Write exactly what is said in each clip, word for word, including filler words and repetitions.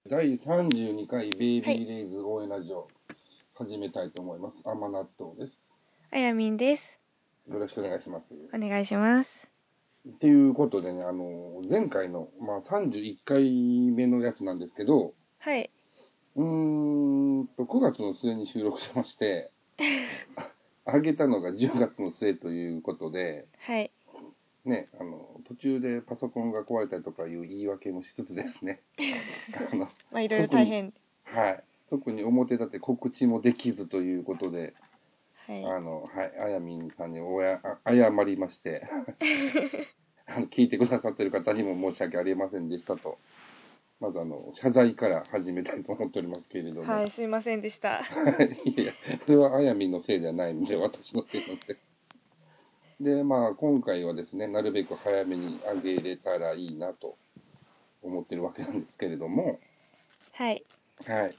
だいさんじゅうにかいベイビーレイズ応援ラジオ始めたいと思います。甘納豆です。 あやみんです。 よろしくお願いします。 お願いします。 ということでね、あの前回の、まあ、さんじゅういっかいめのやつなんですけど、 はい。 うーんとくがつの末に収録しましてあげたのがじゅうがつの末ということで、 はい。 ね、あの途中でパソコンが壊れたりとかいう言い訳もしつつですねあのまあいろいろ大変。 はい。特に表立って告知もできずということで、 はい。 あの、はい、あやみんさんにおやあ謝りましてあの、聞いてくださってる方にも申し訳ありませんでしたと。まずあの、謝罪から始めたいと思っておりますけれども。 はい、すいませんでした。 いやいや、それはあやみんのせいじゃないので、私のせいなので。で、まあ、今回はですね、なるべく早めにあげれたらいいなと思ってるわけなんですけれども、 はい。 はい。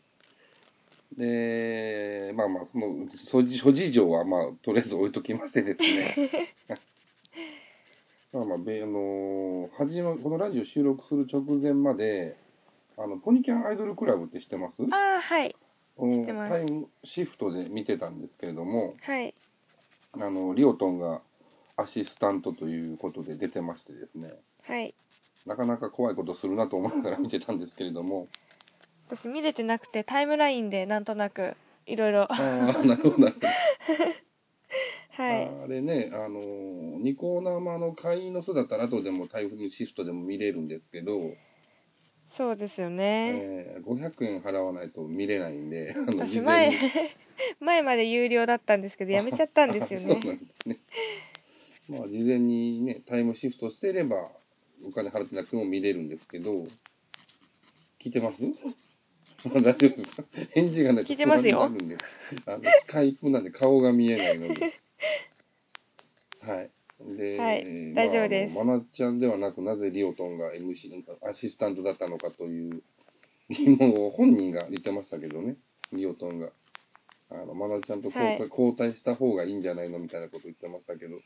で、まあまあ、その諸事諸事情はまあ、とりあえず置いときましてですね。まあまあ、べあのー、始ま、このラジオ収録する直前まで、あの、ポニキャンアイドルクラブって知ってます？ ああ、はい。知ってます。 タイムシフトで見てたんですけれども、 はい。 あの、リオトンがアシスタントということで出てましてですね、 はい。 なかなか怖いことするなと思いながら見てたんですけれども、 私見れてなくてタイムラインでなんとなくいろいろ。 ああ、なるほど、なるほど。 はい。 あれね、あの、ニコ生の会員の人だったら後でもタイムシフトでも見れるんですけど、 そうですよね。 えー、ごひゃくえん払わないと見れないんで、あの、 私前、 事前に。 前まで有料だったんですけど、やめちゃったんですよね。 そうなんですね。まあ、事前にね、タイムシフトしてれば、お金払ってなくても見れるんですけど、聞いてます？大丈夫ですか？返事がないと聞いて不安ますよ。 になるんで、あの、スカイプなんで顔が見えないので。はい。 はい。 で、まあ、あの、 大丈夫です。 まなちゃんではなく、なぜリオトンが エムシー、アシスタントだったのかという疑問を本人が言ってましたけどね、リオトンが。あの、まなちゃんと交代、 はい。 交代した方がいいんじゃないのみたいなこと言ってましたけど。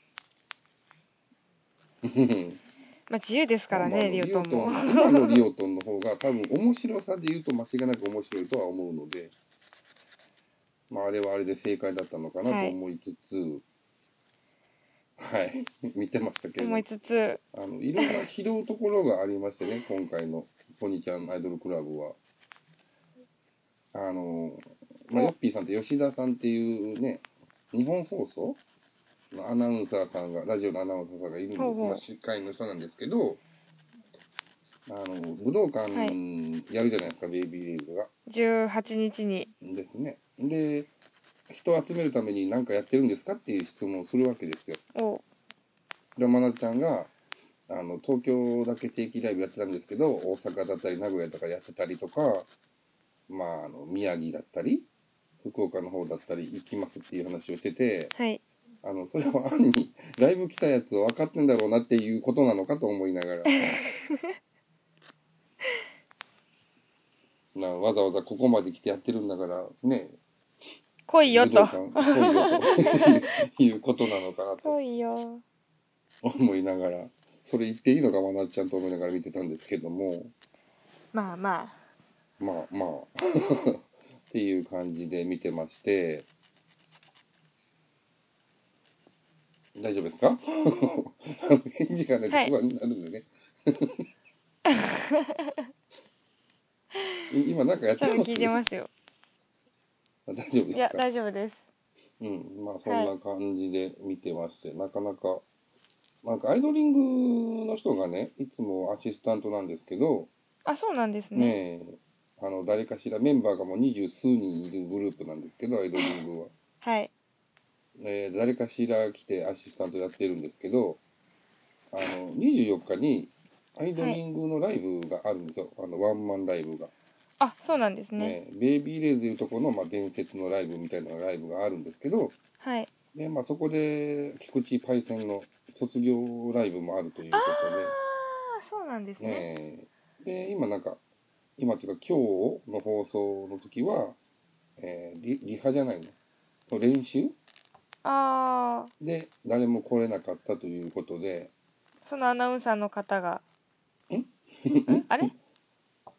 まあ自由ですからね、 まあまあ、あの、 リオトンも。 リオトン、今のリオトンの方が多分面白さで言うと間違いなく面白いとは思うので、まあ、あれはあれで正解だったのかなとはい。 思いつつ、はい、見てましたけれども、 思いつつ、 あの、いろんな拾うところがありましてね、今回のポニキャンアイドルクラブは。あの、まあ、ヨッお、 ピーさんって吉田さんっていうね、日本放送のアナウンサーさんが、ラジオのアナウンサーさんがいるんです。まあ、 ほうほ司会の人なんですけど、あの、武道館う。はい。 やるじゃないですか、ベイビーレイズが。 じゅうはちにちに。 ですね。で、人を集めるために何かやってるんですかっていう質問をするわけですよ。 お、 で、まなちゃんが、あの、東京だけ定期ライブやってたんですけど、大阪だったり名古屋とかやってたりとか、まあ、あの、宮城だったり、福岡の方だったり行きますっていう話をしてて、 はい。 あの、それは暗にライブ来たやつを分かってんだろうなっていうことなのかと思いながら、なわざわざここまで来てやってるんだから、ね、 来いよと。 武道館来いよということなのかなと来いよ。 思いながら、それ言っていいのかまなっちゃんと思いながら見てたんですけども、 まあまあ。 まあまあっていう感じで見てまして、大丈夫ですか？あの返事がないとはい。 不安になるんでね。い今なんかやってます？ 多分聞いてますよ。 あ、大丈夫でいや、 すか？ 大丈夫です。 うん、まあそんはい。 な感じで見てまして、なかなか、なんかアイドリングの人がね、いつもアシスタントなんですけど、 あ、そうなんですね。 ねえ、あの、誰かしら、メンバーがもう二十数人いるグループなんですけど、アイドリングは。 はい。 えー誰かしら来てアシスタントやってるんですけど、あの、にじゅうよっかにアイドはい。 リングのライブがあるんですよ。あの、ワンマンライブが。 あ、そうなんですね。 ね、ベイビーレイズでいうとこの、まあ、伝説のライブみたいなライブがあるんですけど、 はい。 で、まあ、そこで、菊池パイセンの卒業ライブもあるといあうことで、 ー、そうなんですね。 ね、で、今なんか、今っていうか今日の放送の時は、えーリ、リハじゃないの。そう練習あで誰も来れなかったということで、 ー、そのアナウンサーの方が、 んんんあれ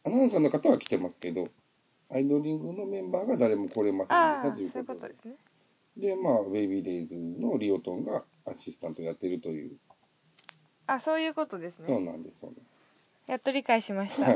アナウンサーの方は来てますけど、アイドリングのメンバーが誰も来れませんでしたというそういうこで。 こととですね。 で、まあ、ベイビーレイズのリオトンがアシスタントやってるという。 あ、そういうことですね。 そうなんです、そうなんです。 やっと理解しました。 はい。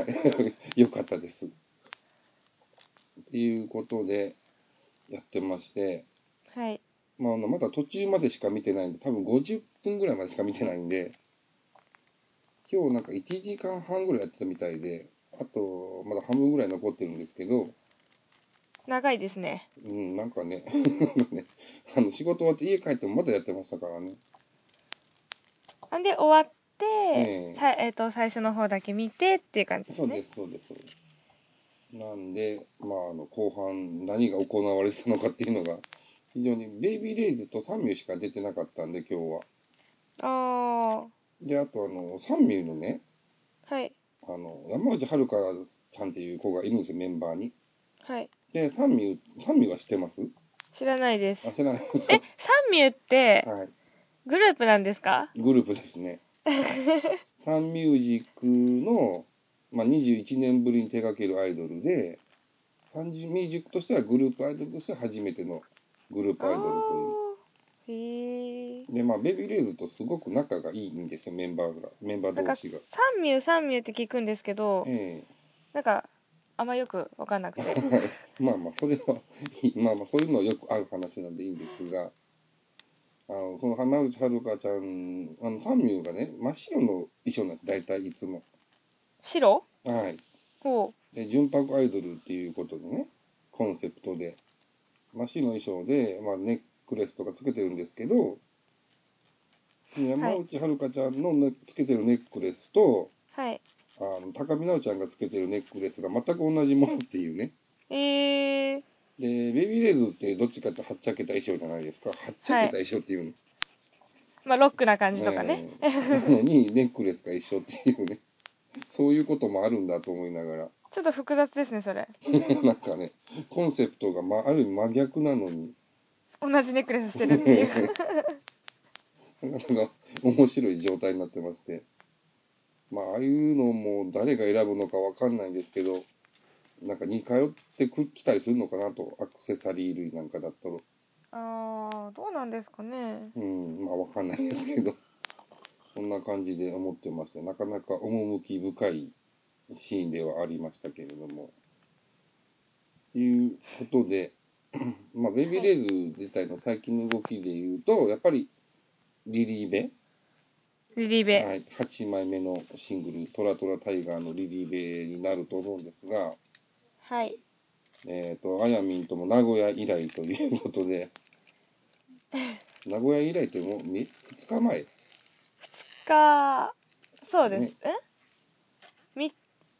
よかったです。っていうことでやってまして、 はい。 まあ、あのまだ途中までしか見てないんで、多分ごじゅっぷんぐらいまでしか見てないんで、今日なんかいちじかんはんぐらいやってたみたいで、あと、まだ半分ぐらい残ってるんですけど、 長いですね。 うん、なんかね、ねあの仕事終わって家帰ってもまだやってましたからね。 なんで終わって、 ええさえっ、と、最初の方だけ見てっていう感じですね。 そうです、そうです、そうです。なんで、まあ、あの後半何が行われてたのかっていうのが、非常に、ベイビーレイズとサンミューしか出てなかったんで、今日は。 あで、あと、あの、サンミューのね、 ー。はい。 あの、山内遥ちゃんっていう子がいるんですよ、メンバーに。 はい。 で、サンミュー、サンミューは知ってます？ 知らないです。 あ、知らない。 え、サンミューってはい。 グループなんですか？ グループですね。サンミュージックの、まあ、にじゅういちねんぶりに手掛けるアイドルで、サンミュージックとしてはグループアイドルとしては初めてのグルーあプアイドルという。 ー。へー。 で、まあ、ベビーレイズとすごく仲がいいんですよ、メンバーが、メンバーなんか、 同士が。 サンミュー、サンミューって聞くんですけど、 えなんか、あんまよくわかんなくて。 えまあまあ、それは、まあまあ、そういうのはよくある話なんでいいんですが、あの、その浜内遥ちゃん、あの、サンミューがね、真っ白の衣装なんです、大体いつも。 白？ はい。 ほで、純白アイドルっていうことでね、コンセプトで、真っ白の衣装で、まあ、ネックレスとかつけてるんですけど、 う。はい。 山内遥ちゃんのねつけてるネックレスと、 はい。 あの高見直ちゃんがつけてるネックレスが全く同じものっていうね。 えー。 で、ベビーレイズってどっちかってはっちゃけた衣装じゃないですか。はっちゃけた衣装っていうの。 まあ、ロックな感じとかね。 えーなのに、ネックレスが一緒っていうね。そういうこともあるんだと思いながら。 ちょっと複雑ですね、それ。 なんかね、コンセプトが、まあ、ある意味真逆なのに、 同じネックレスしてるっていう。 なかなか面白い状態になってまして。まあ、ああいうのも誰が選ぶのかわかんないんですけど、なんか似通ってきたりするのかなと、アクセサリー類なんかだったら。 あー、どうなんですかね。 うん、まあわかんないですけど、そんな感じで思ってまして、なかなか趣深いシーンではありましたけれども。いうことで、まあ、ベイビーはい。 レイズ自体の最近の動きで言うと、やっぱりリリーベ、 リリーベ。 はい、はちまいめのシングル、トラトラタイガーのリリーベになると思うんですが、 はい。 えっ、と、あやみんとも名古屋以来ということで、名古屋以来ってもうふつかまえか、そうです。 ね、 えみ、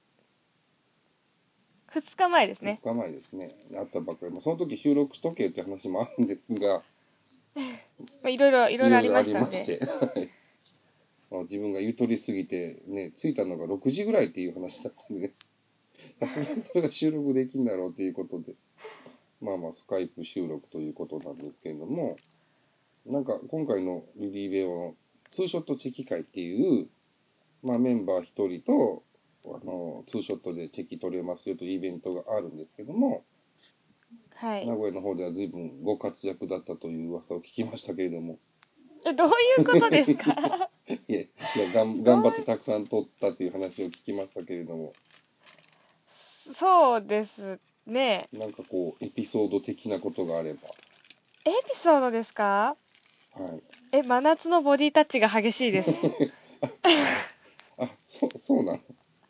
ふつかまえです 2 ね。 日前ですね、あったばっかり。まあその時収録しとけって話もあるんですが、 まあ、いろいろ、いろいろありいろいろあましたんで。 りまして、はいまあ自分がゆとりすぎて、ね、着いたのがろくじぐらいっていう話だったんでね、さすがにそれが収録できんだろうということで、まあまあスカイプ収録ということなんですけれども、なんか今回のリリーベはツーショットチェキ会っていう、まあメンバーひとりと、あの、ツーショットでチェキ取れますよというイベントがあるんですけども、 はい。 名古屋の方では随分ご活躍だったという噂を聞きましたけれども、 え、どういうことですか？ いや、いやがん頑張ってどういたくさん取ったという話を聞きましたけれども、 う、そうですね。 なんかこう、エピソード的なことがあれば、 エピソードですか？ はい。 え、真夏のボディタッチが激しいです。 あ、そう、そうなの。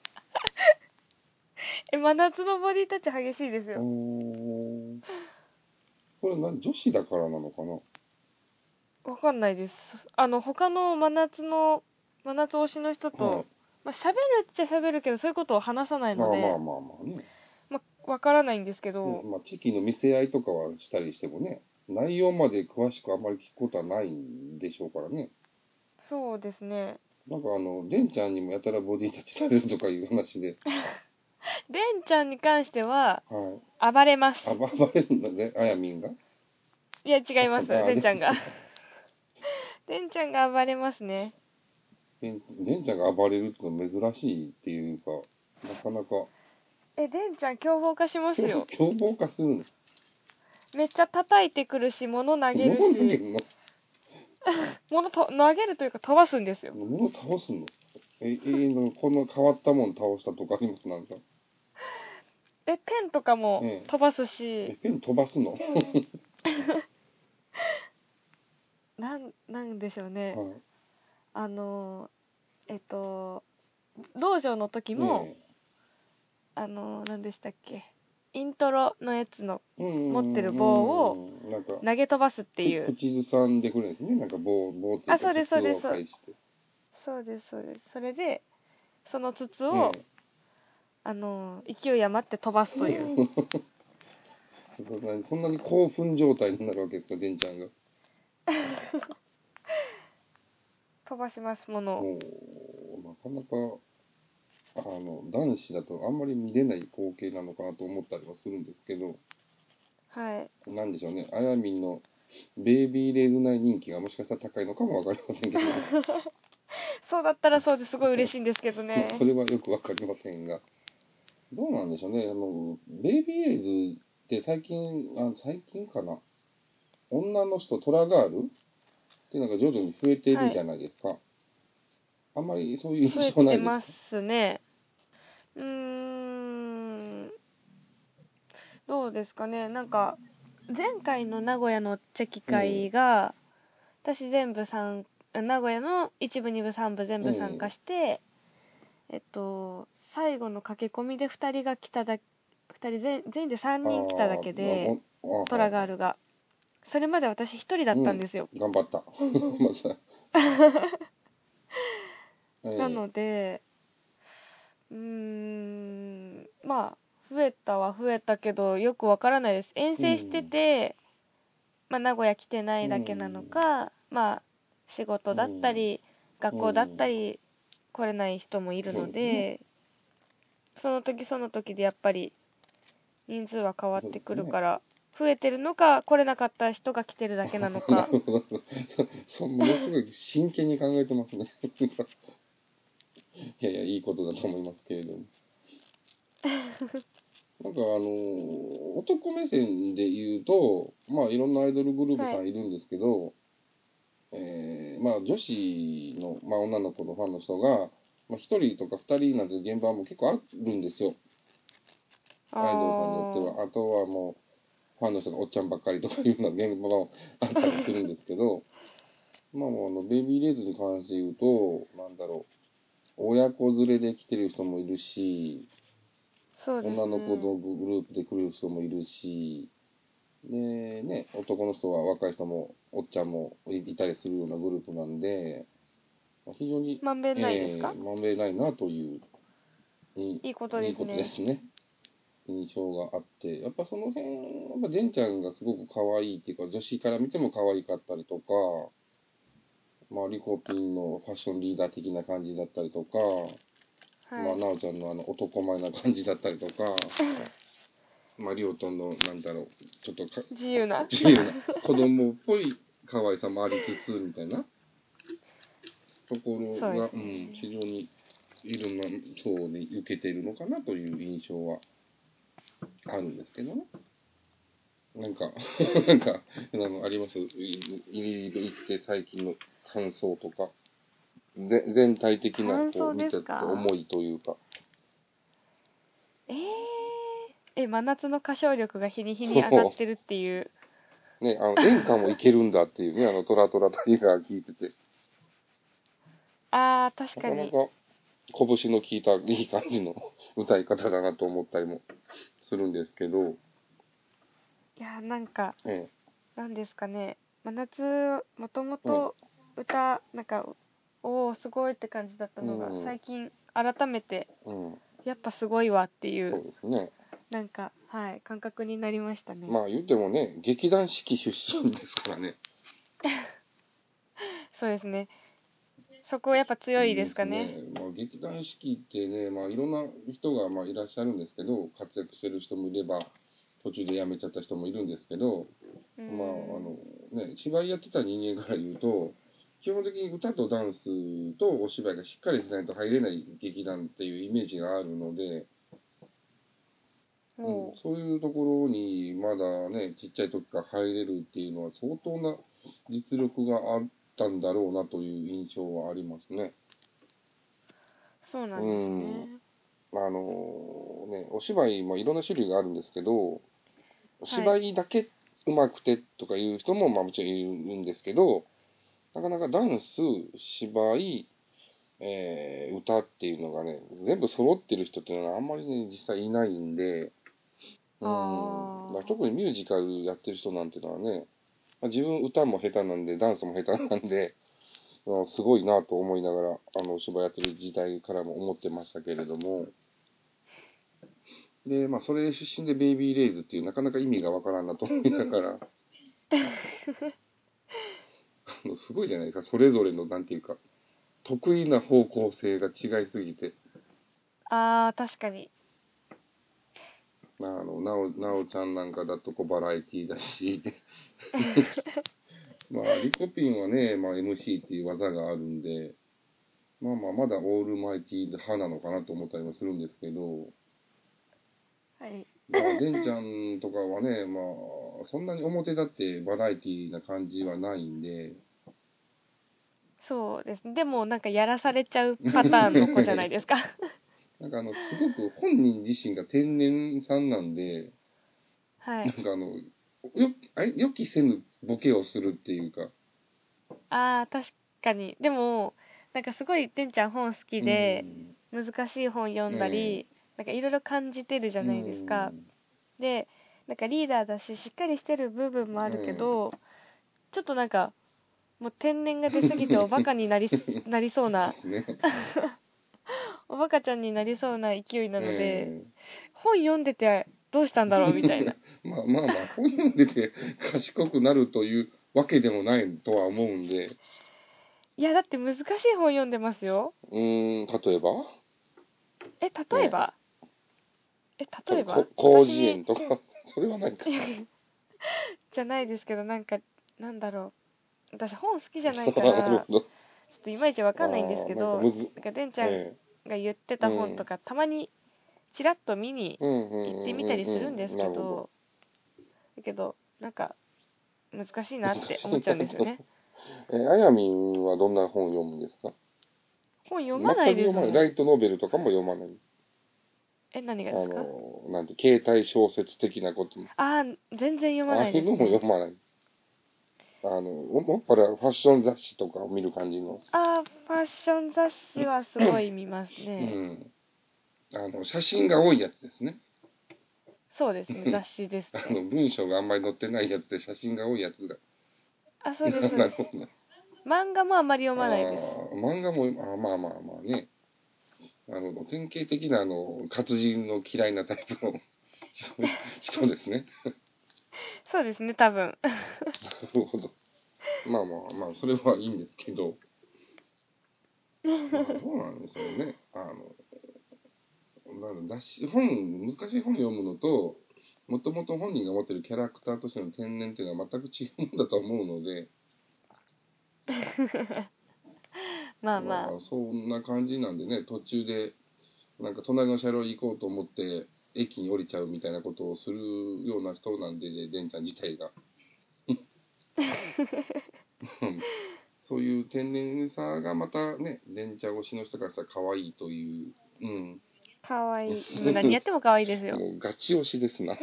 え、真夏のボディタッチ激しいですうよ。 ーん。これな、女子だからなのかな。 わかんないです。あの、他の真夏の、真夏推しの人はい。 と、まあ、喋るっちゃ喋るけど、そういうことを話さないまあので、 まあまあまあね。 まあ、わからないんですけね、 ど、 まあ、地域の見せ合いとかはしたりしてもね、内容まで詳しくあんまり聞くことはないんでしょうからね。 そうですね。 なんかあの、デンちゃんにもやたらボディタッチされるとかいう話で、 デンちゃんに関しては、 はい。 暴れます。 あば、暴れるんだね、あやみんが。 いや、違います。 あ、で、 デンちゃんが。デンちゃんが暴れますね。 デンデンちゃんが暴れるってのは珍しいっていうか、なかなか、 え、でんちゃん凶暴化しますよ。 凶暴化するの？ めっちゃ叩いてくるし、物投げる物投げし、 るの？ 物と投げるというか飛ばすんですよ。 物倒すの？え、えー、なんかこんな変わったもん倒したとかあります？なんか。 え、ペンとかもええ飛ばすえ、 し、 ペン飛ばすの？ なん、なんでしょうね。 はい。 あの、えっと、道場の時も、 えあの、何でしたっけ、イントロのやつのえうん持ってるう棒をんうん。なんか、 投げ飛ばすってくいう。 口ずさんでくるんですね。なんか棒、棒っていうあ、 かそうです、そう筒です。 を返して。 そうです、そうです。それで、その筒を、 ええあの、勢い余って飛ばすという。 そんなに、そんなに興奮状態になるわけですか、でんちゃんが。 飛ばしますものを。 もう、なかなか、あの、男子だとあんまり見れない光景なのかなと思ったりもするんですけど、 はい。 なんでしょうね、あやみんのベイビーレーズナイ人気がもしかしたら高いのかもわかりませんけどね。 そうだったらそうですごい嬉しいんですけどまあ、そね。 れはよくわかりませんが。どうなんでしょうね。あの、ベイビーレイズって最近、あ、最近かな。女の人、トラガールってなんか徐々に増えてるじゃはい。 ないですか。あんまりそういう増え印象なてまいですか？ すね。うーん、どうですかね。なんか、前回の名古屋のチェキええ、 会が、私全部参、名古屋の一部、二部、三部全部参加ええ、 して、えっと、最後の駆け込みでふたりが来ただ、ふたり全、全員で3 ああ、 人来ただけで、 おあ、 トはいはい。 ラガールが。それまで私ひとりだっうん、 たんですよ。 頑張った。また、えなえ、 ので、うーん、まあ、増えたは増えたけど、よくわからないです。遠う征してん、 て、まあ、名古屋来てなういだけなのん、 か、まあ、仕事だったうん、 り、学校だったうん、 り、来れない人もいるのそうですね。 で、その時その時でやっぱり人数は変わってそうですね。 くるから、増えてるのか、来れなかった人が来てるだけなのか。 なるほど。そ、そものすごい真剣に考えてますね。いやいや、いいことだと思いますけれども。なんかあの、男目線で言うと、まあいろんなアイドルグループはい。 さんいるんですけど、えー、まあ女子の、まあ女の子のファンの人が、まあ一人とか二人なんて現場も結構あるんですよ。 あアイドルさんによってー。 は。あとはもう、ファンの人がおっちゃんばっかりとかいうような現場もあったりするんですけど、まあもうあの、ベイビーレイズに関して言うと、なんだろう、親子連れで来てる人もいるし、 そうです女の子ね。 のグループで来る人もいるし、で、ね、男の人は若い人もおっちゃんもいたりするようなグループなんで、非常に、 まんべんないですか？ えー、まんべんないなという、いいいこといいことでですね。 すね。印象があって、やっぱその辺、やっぱデンちゃんがすごく可愛いっていうか、女子から見ても可愛かったりとか、まあ、リコピンのファッションリーダー的な感じだったりとか、まあ、 はい。 なおちゃんのあの男前な感じだったりとか、まあ、リオトンの、なんだろう、ちょっとか自由な。 自由な、子供っぽい可愛さもありつつ、みたいなところが、 そうですうん、非ね。 常にいろんな層に受けてるのかなという印象はあるんですけどね。なんか、なんか、あの、ありますいい行って最近の感想とか、ぜ全体的な、こう、 感想で見ててすか？ 思いというか。 えー、え、真夏の歌唱力が日に日に上がっそてるっていう。 う。ね、あの、演歌もいけるんだっていうね、あの、トラトラタイガー聞いてて、 あー、確かに。 なかなか拳の効いたいい感じの歌い方だなと思ったりもするんですけど、 いや、なんか、 えなんですかね。真夏、もともえ、えと歌、なんか、おー、すごいって感じだったえ、うのが、 ん、 最近改めて、 うん、 やっぱすごいわっていそうう、 ですね。 なんか、はい、感覚になりましたね。 まあ言ってもね、劇団四季出身ですからね。 そうですね。そこやっぱ強いですですかね。 ね。まあ、劇団四季ってね、まあ、いろんな人がまあいらっしゃるんですけど、活躍してる人もいれば、途中で辞めちゃった人もいるんですけど、 うまあ、あん。 の、ね、芝居やってた人間から言うと、基本的に歌とダンスとお芝居がしっかりしないと入れない劇団っていうイメージがあるので、 うん、そういうところにまだね、ちっちゃい時から入れるっていうのは相当な実力があったんだろうなという印象はありますね。 そうなうんですん。 ね。 あのね、お芝居もいろんな種類があるんですけど、お芝はい。 居だけ上手くてとかいう人もまあもちろんいるんですけど、なかなかダンス、芝居、えー歌っていうのがね、全部揃ってる人っていうのはあんまりね、実際いないんで、うん。だからあ特にミュージカルやってる人なんていうのはね、まあ自分歌も下手なんで、ダンスも下手なんで、あすごいなと思いながら、あの、お芝居やってる時代からも思ってましたけれども、で、まあ、それ出身でベイビーレイズっていう、なかなか意味がわからんなと思いながら、あのすごいじゃないですか、それぞれの、なんていうか、得意な方向性が違いすぎて、 あ。ああ、確かに。 あの、なお、なおちゃんなんかだとこうバラエティーだし、まあ、リコピンはね、まあ、エムシー っていう技があるんで、まあまあ、まだオールマイティー派なのかなと思ったりもするんですけど、 はい。 だから、デンちゃんとかはね、まあ、そんなに表立ってバラエティーな感じはないんで、 そうですね。でもなんかやらされちゃうパターンの子じゃないですか。 なんかあの、すごく本人自身が天然さんなんで、 はい。 なんかあの、よ、あ予期せぬボケをするっていうか、 ああ、確かに。でも、なんかすごいてんちゃん本好きうで、 ん、 難しい本読んだえり、なんかいろいろ感じてるじゃえうないですか。 ん、 で、なんかリーダーだし、しっかりしてる部分もあるけうん、 ど、ちょっとなんか、もう天然が出すぎておバカになり、なりそうな、 ですね。 おバカちゃんになりそうな勢いなので、 え本読んでてどうしたんだろうみたいな。 えまあまあまあ、本読んでて賢くなるというわけでもないとは思うんで、 いや、だって難しい本読んでますよ。 うーん、例えばえ、例えね、 ばえ、 それ、 例えばこ広辞私に、 苑とか、それはないか。 じゃないですけど、なんか、なんだろう。私本好きじゃないかなるら、 ほど。 ちょっといまいちわかんないんですああ、 けど、 なんかむず、 なんか、でんちゃんえが言ってえうた本とん、 か、たまにちらっと見にうん、うん、 行ってみたりするんうん、うん、 ですなるほど。 けど、だけど、なんか、難しいな難って思っちゃしいなと。 うんですよね。 えーあやみんはどんな本読むんですか？ 本読全くまないで読まない。ラすもん。 イトノベルとかも読まない。 え、何があですか？ の、なんて、携帯小説的なことも。 ああー、全然読まないああいうのもですね。 読まない。あの、ももっぱらファッション雑誌とかを見る感じの。 ああ、ファッション雑誌はすごい見ますうね。 ん。あの、写真が多いやつですね。 そうですね、雑誌ですね。 あの、文章があんまり載ってないやつで写真が多いやつが。 あ、そうです、そうです。 なるほど。 漫画もあんまり読あまないです。 あ、漫画も、あまあまあまあね。なるほど。典型的な、あの、活人の嫌いなタイプの人ですね。 そうですね、多分。 なるほど。まあまあまあ、それはいいんですけど、まあどうなんでしょうね。あの、なんだ雑誌、本、難しい本読むのと、もともと本人が持ってるキャラクターとしての天然っていうのは全く違うもんだと思うので、まあ、 まあまそんな感じなんでね、途中で、なんか隣の車両行こうと思って、駅に降りちゃうみたいなことをするような人なんで、でんちゃん自体が。そういう天然さがまたね、でんちゃん推しの人からしたら可愛いという、うん。 あ、かわいい。もう何やってもかわいいですよ。 もうガチ推しですな。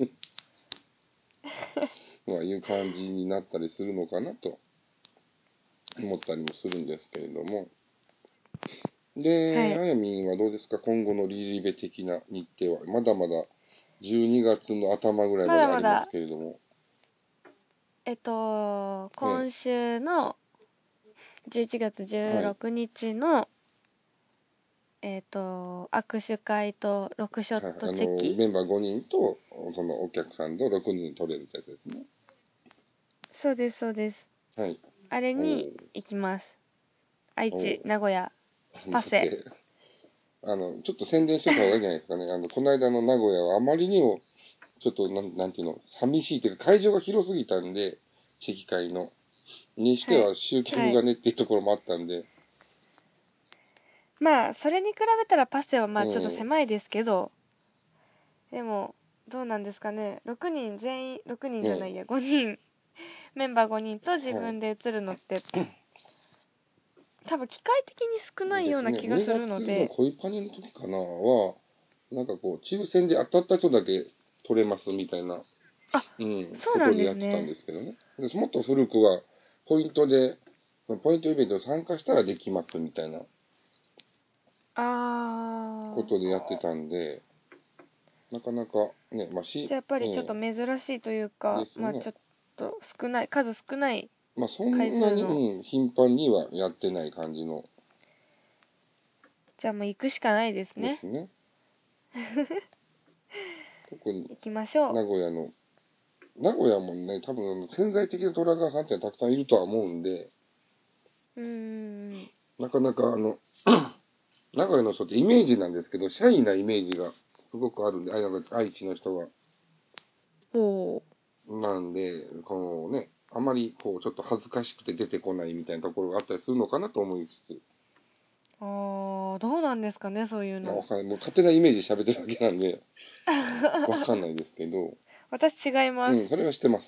まあいう感じになったりするのかなと思ったりもするんですけれども。で、あはい。 やみんはどうですか？今後のリリベ的な日程は。まだまだじゅうにがつの頭ぐらいままでありますだまだ、 けれども。 えっと、 え今週のじゅういちがつえ、はい。 じゅうろくにちの、えっと、握手会とロクショッはい、 トあの、 チェキ。 メンバーごにんと、そのお客さんとろくにん取れるってやつですね。 そうです、そうです。 はい。 あれおにー、 行きます。愛知、 おー。 名古屋、 だパセ。 って、あの、ちょっと宣伝しといた方がいいんじゃないですかね。あの、この間の名古屋はあまりにも、ちょっとなん、なんていうの、寂しいというか、会場が広すぎたんで、地域会の。にしてはい。 は集はい。 客がねっていうところもあったんで、 まあ、それに比べたらパセはまあちょっとうん。 狭いですけど、でも、 どうなんですかね、ろくにん全員ろくにんじゃないや、ごにんメンバーごにんと自分で映るのって、はい、多分機械的に少ないような気がするので、 にがつの恋パニの時かなはなんかこう抽選で当たった人だけ取れますみたいな、 あ、うん、そうなんですね。 ことでやってたんですけどね。でもっと古くはポイントでポイントイベントに参加したらできますみたいなことでやってたんで、なかなかね、まあし、 じゃあやっぱりちょっと珍しいというか、ね、まあちょっと少ない、数少ない、 まあそんなに、うん、頻繁にはやってない感じの。 じゃあもう行くしかないですね。 ですね。特に行きましょう。 名古屋の名古屋もね、多分潜在的なトラガーさんってたくさんいるとは思うんで、 うーん、なかなかあの名古屋の人ってイメージなんですけど、シャイなイメージがすごくあるんで、愛知の人は。 おなんで、このね、あまりこうちょっと恥ずかしくて出てこないみたいなところがあったりするのかなと思いつつ。 ああ、どうなんですかね、そういうの。 わかんない。もう勝手なイメージ喋ってるだけなんで、わかんないですけど。 私違います。 うん、それはしてます。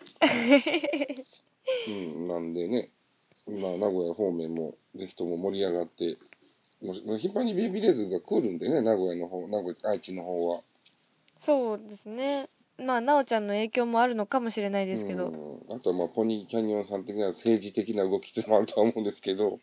うん、なんでね、まあ、名古屋方面もぜひとも盛り上がって、もう頻繁にベイビーレーズが来るんでね、名古屋の方、名古屋、愛知の方は。 そうですね。まあ、なおちゃんの影響もあるのかもしれないですけど。 うん。あとはまあ、ポニーキャニオンさん的な政治的な動きっていうのもあるとは思うんですけど、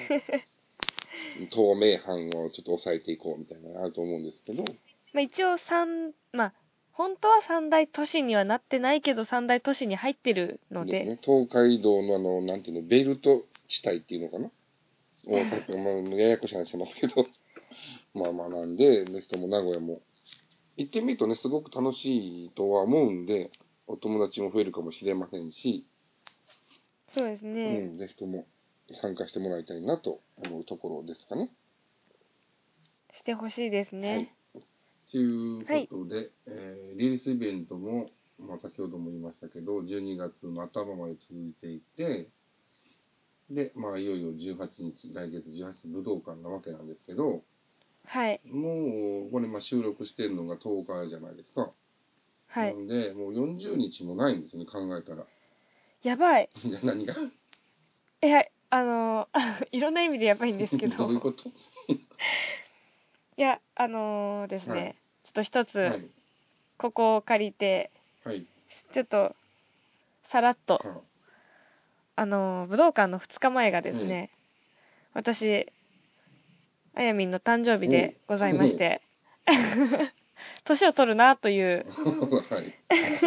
透明版をちょっと抑えていこうみたいなのあると思うんですけど。 まあ、一応三、まあ、本当は三大都市にはなってないけど、三大都市に入ってるので。 ですね。東海道のあの、なんていうの、ベルト地帯っていうのかな。大阪、まあ、ややこしい話してますけど。まあまあなんで、ぜひとも名古屋も。行ってみるとね、すごく楽しいとは思うんで、お友達も増えるかもしれませんし、 そうですね。 うん、ぜひとも参加してもらいたいなと思うところですかね。 してほしいですね。はい。 ということで、はい、えー、リリースイベントも、まあ、先ほども言いましたけど、じゅうにがつの頭まで続いていて、で、まあ、いよいよじゅうはちにち、来月じゅうはちにち武道館なわけなんですけど、 はい。 もう、これ、まあ、収録してるのがとおかじゃないですか。 はい。 なんで、もうよんじゅうにちもないんですね、考えたら。 やばい。 いや、何がいや、あのー、いろんな意味でやばいんですけど。 どういうこといや、あのー、ですね、はい、ちょっと一つ、はい、ここを借りて、はい、ちょっと、さらっと、はあ、あのー、武道館のふつかまえがですね、うん、私、あやみんの誕生日でございまして、年を取るなという、はい、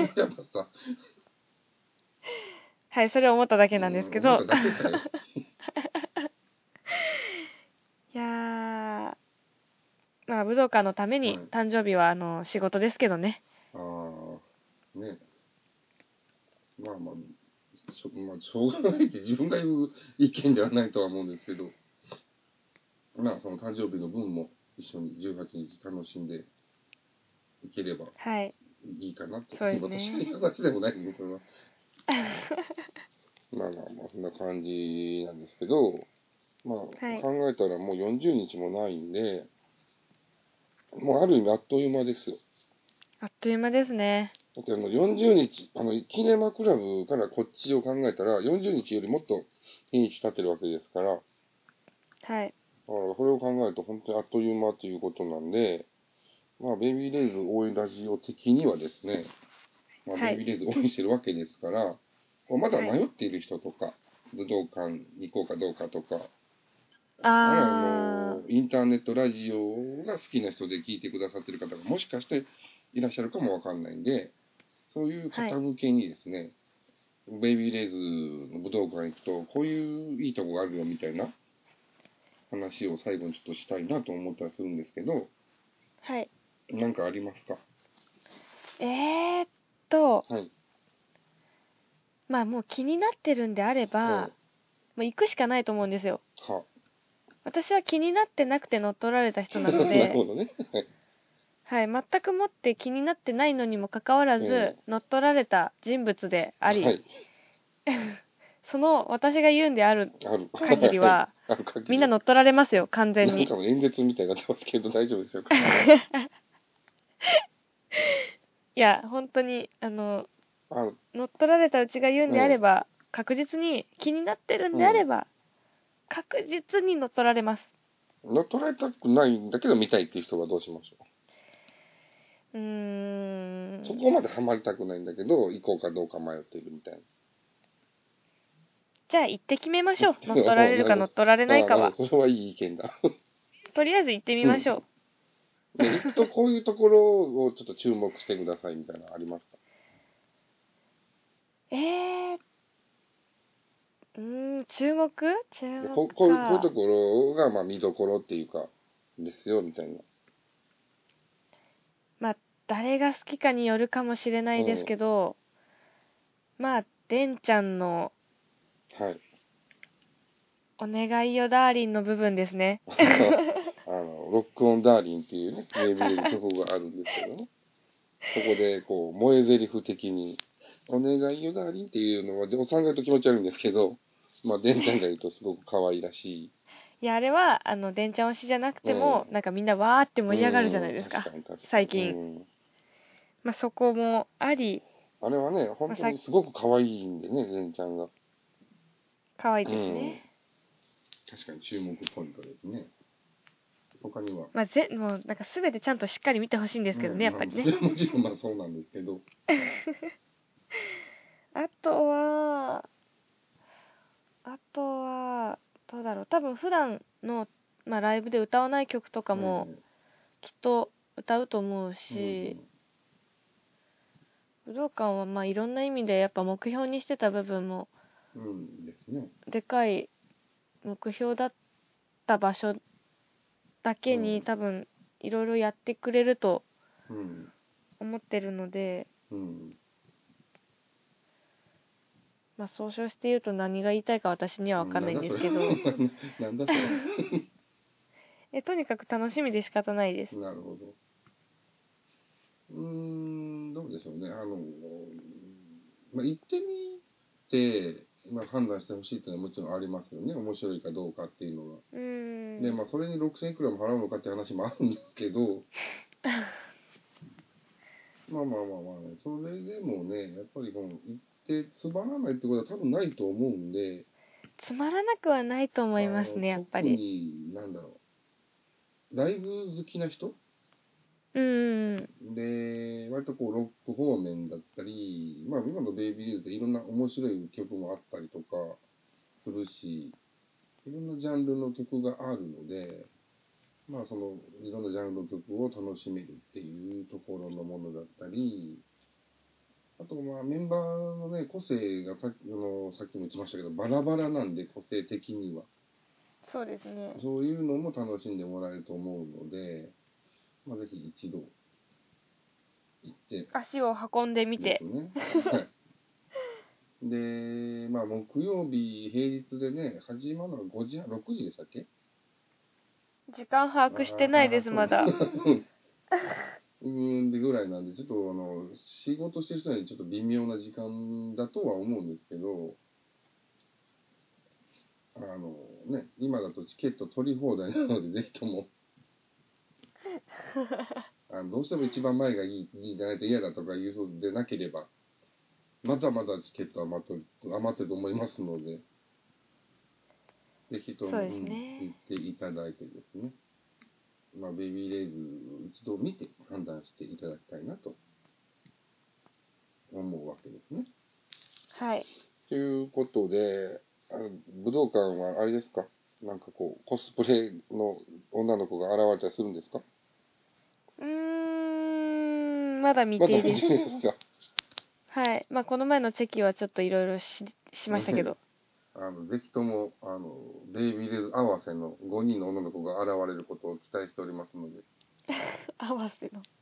はい、それを思っただけなんですけど、いやー、まあ、武道館のために誕生日はあの仕事ですけどね。ああ、ね。 まあまあ、しょ、まあ、しょうがないって自分が言う意見ではないとは思うんですけど、まあ、その誕生日の分も一緒にじゅうはちにち楽しんでいければいいかなと。はい、そうですね。私は話でもないんですけど、まあまあまあ、そんな感じなんですけど、まあ、はい、考えたらもうよんじゅうにちもないんで、もうある意味あっという間ですよ。 あっという間ですね。 だってあのよんじゅうにち、あの、キネマクラブからこっちを考えたら、よんじゅうにちよりもっと日にち経ってるわけですから、はい。だからそれを考えると本当にあっという間ということなんで、まあ、ベイビーレイズ応援ラジオ的にはですね、まあ、ベイビーレイズ応援してるわけですから、はい、まだ迷っている人とか、武道館に行こうかどうかとか、あるいはあの、インターネットラジオが好きな人で聞いてくださってる方がもしかしていらっしゃるかもわかんないんで、そういう方向けにですね、はい、ベイビーレイズの武道館行くと、こういういいとこがあるよみたいな話を最後にちょっとしたいなと思ったりするんですけど、はい。なんかありますか？ えーっと、はい、まあもう気になってるんであれば、はい、もう行くしかないと思うんですよ。は私は気になってなくて乗っ取られた人なので、なるほどね。はい、全くもって気になってないのにもかかわらず、うん、乗っ取られた人物であり、はい、その私が言うんである限りは、はい、みんな乗っ取られますよ、完全に。 なんか演説みたいになってますけど大丈夫でしょうか？ や本当にあのあ乗っ取られたうちが言うんであれば、うん、確実に気になってるんであれば、うん、確実に乗っ取られます。 乗っ取られたくないんだけど見たいっていう人はどうしましょううーんそこまでハマりたくないんだけど行こうかどうか迷っているみたいな。 じゃあ行って決めましょう。乗っ取られるか乗っ取られないかは。 それはいい意見だ。 とりあえず行ってみましょう。 うん、で行くとこういうところをちょっと注目してくださいみたいなのありますか？ えー、うーん注目注目か。 こうこういうこういうところがまあ見どころっていうかですよみたいな。 まあ誰が好きかによるかもしれないですけど、うん、まあデンちゃんのはいお願いよダーリンの部分ですね。 あのロックオンダーリンっていうねベイビーレイの曲があるんですけどね。そこでこう萌え台詞的にお願いよダーリンっていうのはおさんが言うと気持ち悪いんですけど、まあデンちゃんが言うとすごく可愛らしい。 いやあれはあのデンちゃん推しじゃなくても、うん、なんかみんなわーって盛り上がるじゃないですか。うん、最近、うん、まあそこもあり。 あれはね本当にすごく可愛いんでね、デンちゃんが。 可愛いですね、 うん。確かに注目ポイントですね。他には。 まあ、ぜもうなんか全てちゃんとしっかり見てほしいんですけどね、うん、やっぱりね。 まあ、もちろんまあそうなんですけど。 あとは、あとは、どうだろう。多分普段の、まあ、ライブで歌わない曲とかもきっと歌うと思うし、うん、武道館はまあいろんな意味でやっぱ目標にしてた部分も、 うんですね、 でかい目標だった場所だけに、うん、多分いろいろやってくれると思ってるので、うん、まあ総称して言うと何が言いたいか私には分かんないんですけどなんだそれえとにかく楽しみで仕方ないです。 なるほど。うーんどうでしょうね。あの、まあ、行ってみて、まあ、判断してほしいっていうのはもちろんありますよね。面白いかどうかっていうのは。うんでまあそれにろくせんいくらも払うのかっていう話もあるんですけどまあまあまあまあね、それでもね、やっぱりこの行ってつまらないってことは多分ないと思うんで、 つまらなくはないと思いますね、やっぱり。 特に、なんだろう、ライブ好きな人うんで、割とこう、ロック方面だったり、まあ今のベイビーリーズっていろんな面白い曲もあったりとかするし、いろんなジャンルの曲があるので、まあその、いろんなジャンルの曲を楽しめるっていうところのものだったり、あとまあメンバーのね、個性がさっきあのさっきも言ってましたけど、バラバラなんで、個性的には。 そうですね。 そういうのも楽しんでもらえると思うので、まあ、ぜひ一度行って。 足を運んでみて。 ですね。はい。で、まあ木曜日、平日でね、始まるのがごじ、ろくじでしたっけ？ 時間把握してないです、まだ。 うんでぐらいなんで、ちょっとあの、仕事してる人にちょっと微妙な時間だとは思うんですけど、あのね、今だとチケット取り放題なので、ぜひともあの、どうしても一番前がいい、いいじゃないと嫌だとかいうそうでなければ、まだまだチケット余ってる、余ってると思いますので、ぜひとも、 そうですね、 うん、行っていただいてですね、まあ、ベイビーレイズ一度見て判断していただきたいなと思うわけですね。 はい。 ということで、あの武道館はあれですか？なんかこう、コスプレの女の子が現れたりするんですか？ うーん、まだ未定です。 まだ未定ですか？ はい。まあ、この前のチェキはちょっといろいろししましたけど。 あのぜひともあのベイビーレイズ合わせのごにんの女の子が現れることを期待しておりますので合わせの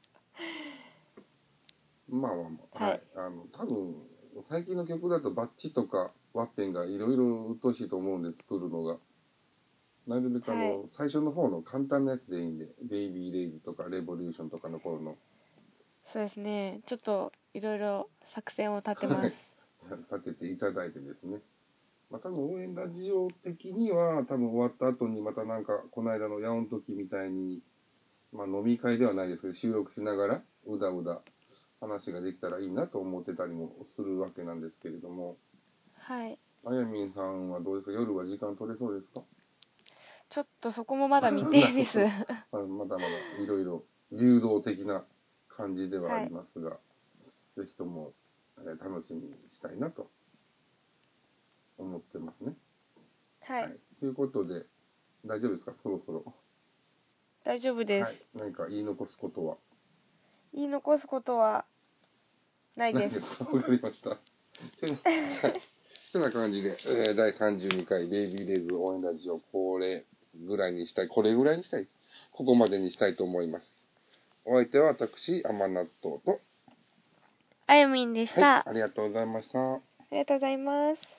まあまあまあ、はい、はい、あの多分最近の曲だとバッチとかワッペンがいろいろうっとうしいと思うんで作るのがなるべくあの、はい、最初の方の簡単なやつでいいんでベイビーレイズとかレボリューションとかの頃のそうですね、ちょっといろいろ作戦を立てます、 はい、立てていただいてですね、まあ、多分応援ラジオ的には多分終わった後にまたなんかこの間のヤオン時みたいに、まあ、飲み会ではないですけど収録しながらうだうだ話ができたらいいなと思ってたりもするわけなんですけれども。 はい。 あやみんさんはどうですか？夜は時間取れそうですか？ ちょっとそこもまだ未定です。 まだまだいろいろ流動的な感じではありますが、はい、ぜひとも、えー、楽しみにしたいなと思ってますね。 はい。はい、 ということで、大丈夫ですか？そろそろ。 大丈夫です。はい。 何か言い残すことは？ 言い残すことはないです。 ないですか？わかりました。はい。そんな感じで、えー、だいさんじゅうにかいベイビーレイズ応援ラジオ、これぐらいにしたい、これぐらいにしたい、ここまでにしたいと思います。お相手は私、甘納豆と、 あやみんでした、 はい。ありがとうございました。 ありがとうございます。